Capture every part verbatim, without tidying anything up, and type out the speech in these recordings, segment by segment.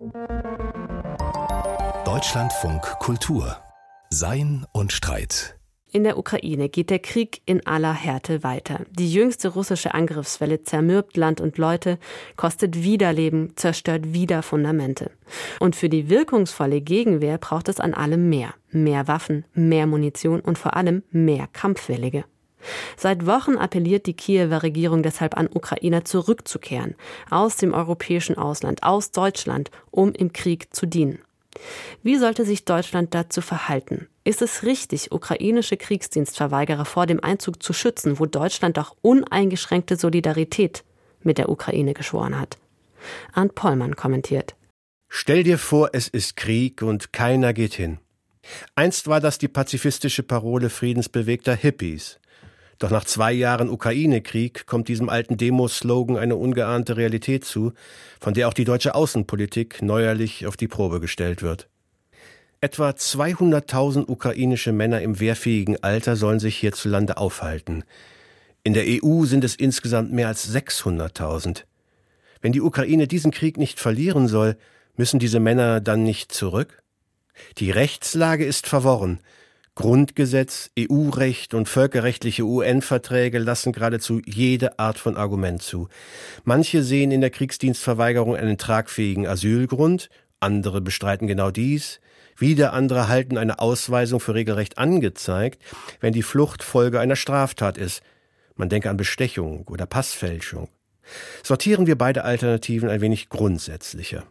Deutschlandfunk Kultur. Sein und Streit. In der Ukraine geht der Krieg in aller Härte weiter. Die jüngste russische Angriffswelle zermürbt Land und Leute, kostet wieder Leben, zerstört wieder Fundamente. Und für die wirkungsvolle Gegenwehr braucht es an allem mehr. Mehr Waffen, mehr Munition und vor allem mehr Kampfwillige. Seit Wochen appelliert die Kiewer Regierung deshalb an Ukrainer zurückzukehren, aus dem europäischen Ausland, aus Deutschland, um im Krieg zu dienen. Wie sollte sich Deutschland dazu verhalten? Ist es richtig, ukrainische Kriegsdienstverweigerer vor dem Einzug zu schützen, wo Deutschland doch uneingeschränkte Solidarität mit der Ukraine geschworen hat? Arndt Pollmann kommentiert. Stell dir vor, es ist Krieg und keiner geht hin. Einst war das die pazifistische Parole friedensbewegter Hippies. Doch nach zwei Jahren Ukraine-Krieg kommt diesem alten Demo-Slogan eine ungeahnte Realität zu, von der auch die deutsche Außenpolitik neuerlich auf die Probe gestellt wird. Etwa zweihunderttausend ukrainische Männer im wehrfähigen Alter sollen sich hierzulande aufhalten. In der E U sind es insgesamt mehr als sechshunderttausend. Wenn die Ukraine diesen Krieg nicht verlieren soll, müssen diese Männer dann nicht zurück? Die Rechtslage ist verworren. Grundgesetz, E U-Recht und völkerrechtliche U N-Verträge lassen geradezu jede Art von Argument zu. Manche sehen in der Kriegsdienstverweigerung einen tragfähigen Asylgrund, andere bestreiten genau dies. Wieder andere halten eine Ausweisung für regelrecht angezeigt, wenn die Flucht Folge einer Straftat ist. Man denke an Bestechung oder Passfälschung. Sortieren wir beide Alternativen ein wenig grundsätzlicher.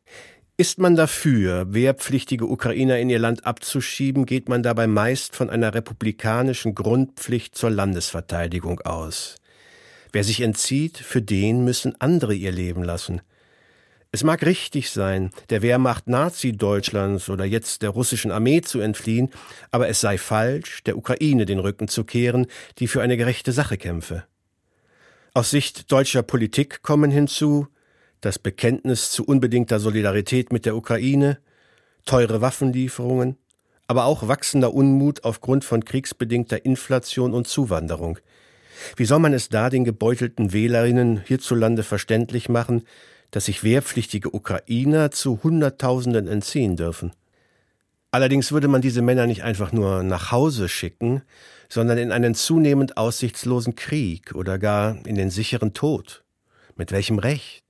Ist man dafür, wehrpflichtige Ukrainer in ihr Land abzuschieben, geht man dabei meist von einer republikanischen Grundpflicht zur Landesverteidigung aus. Wer sich entzieht, für den müssen andere ihr Leben lassen. Es mag richtig sein, der Wehrmacht Nazi-Deutschlands oder jetzt der russischen Armee zu entfliehen, aber es sei falsch, der Ukraine den Rücken zu kehren, die für eine gerechte Sache kämpfe. Aus Sicht deutscher Politik kommen hinzu das Bekenntnis zu unbedingter Solidarität mit der Ukraine, teure Waffenlieferungen, aber auch wachsender Unmut aufgrund von kriegsbedingter Inflation und Zuwanderung. Wie soll man es da den gebeutelten Wählerinnen hierzulande verständlich machen, dass sich wehrpflichtige Ukrainer zu Hunderttausenden entziehen dürfen? Allerdings würde man diese Männer nicht einfach nur nach Hause schicken, sondern in einen zunehmend aussichtslosen Krieg oder gar in den sicheren Tod. Mit welchem Recht?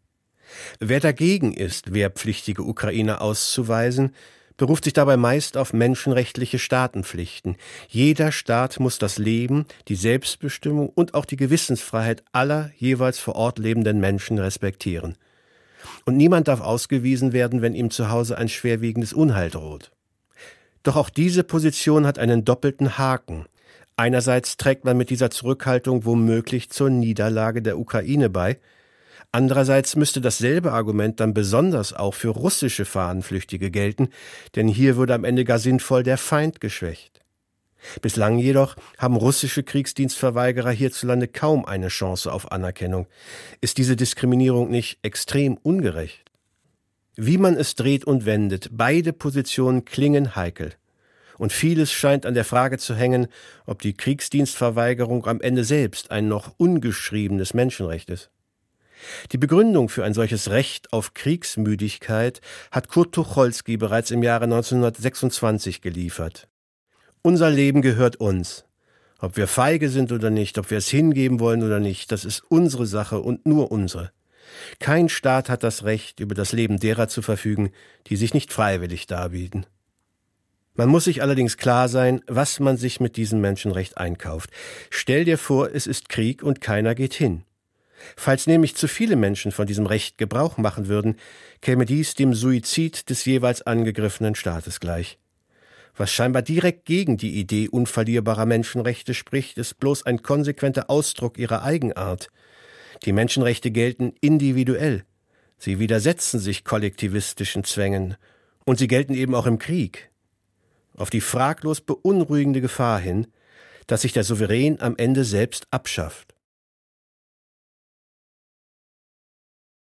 Wer dagegen ist, wehrpflichtige Ukrainer auszuweisen, beruft sich dabei meist auf menschenrechtliche Staatenpflichten. Jeder Staat muss das Leben, die Selbstbestimmung und auch die Gewissensfreiheit aller jeweils vor Ort lebenden Menschen respektieren. Und niemand darf ausgewiesen werden, wenn ihm zu Hause ein schwerwiegendes Unheil droht. Doch auch diese Position hat einen doppelten Haken. Einerseits trägt man mit dieser Zurückhaltung womöglich zur Niederlage der Ukraine bei. Andererseits müsste dasselbe Argument dann besonders auch für russische Fahnenflüchtige gelten, denn hier würde am Ende gar sinnvoll der Feind geschwächt. Bislang jedoch haben russische Kriegsdienstverweigerer hierzulande kaum eine Chance auf Anerkennung. Ist diese Diskriminierung nicht extrem ungerecht? Wie man es dreht und wendet, beide Positionen klingen heikel. Und vieles scheint an der Frage zu hängen, ob die Kriegsdienstverweigerung am Ende selbst ein noch ungeschriebenes Menschenrecht ist. Die Begründung für ein solches Recht auf Kriegsmüdigkeit hat Kurt Tucholsky bereits im Jahre neunzehnhundertsechsundzwanzig geliefert. Unser Leben gehört uns. Ob wir feige sind oder nicht, ob wir es hingeben wollen oder nicht, das ist unsere Sache und nur unsere. Kein Staat hat das Recht, über das Leben derer zu verfügen, die sich nicht freiwillig darbieten. Man muss sich allerdings klar sein, was man sich mit diesem Menschenrecht einkauft. Stell dir vor, es ist Krieg und keiner geht hin. Falls nämlich zu viele Menschen von diesem Recht Gebrauch machen würden, käme dies dem Suizid des jeweils angegriffenen Staates gleich. Was scheinbar direkt gegen die Idee unverlierbarer Menschenrechte spricht, ist bloß ein konsequenter Ausdruck ihrer Eigenart. Die Menschenrechte gelten individuell. Sie widersetzen sich kollektivistischen Zwängen. Und sie gelten eben auch im Krieg. Auf die fraglos beunruhigende Gefahr hin, dass sich der Souverän am Ende selbst abschafft.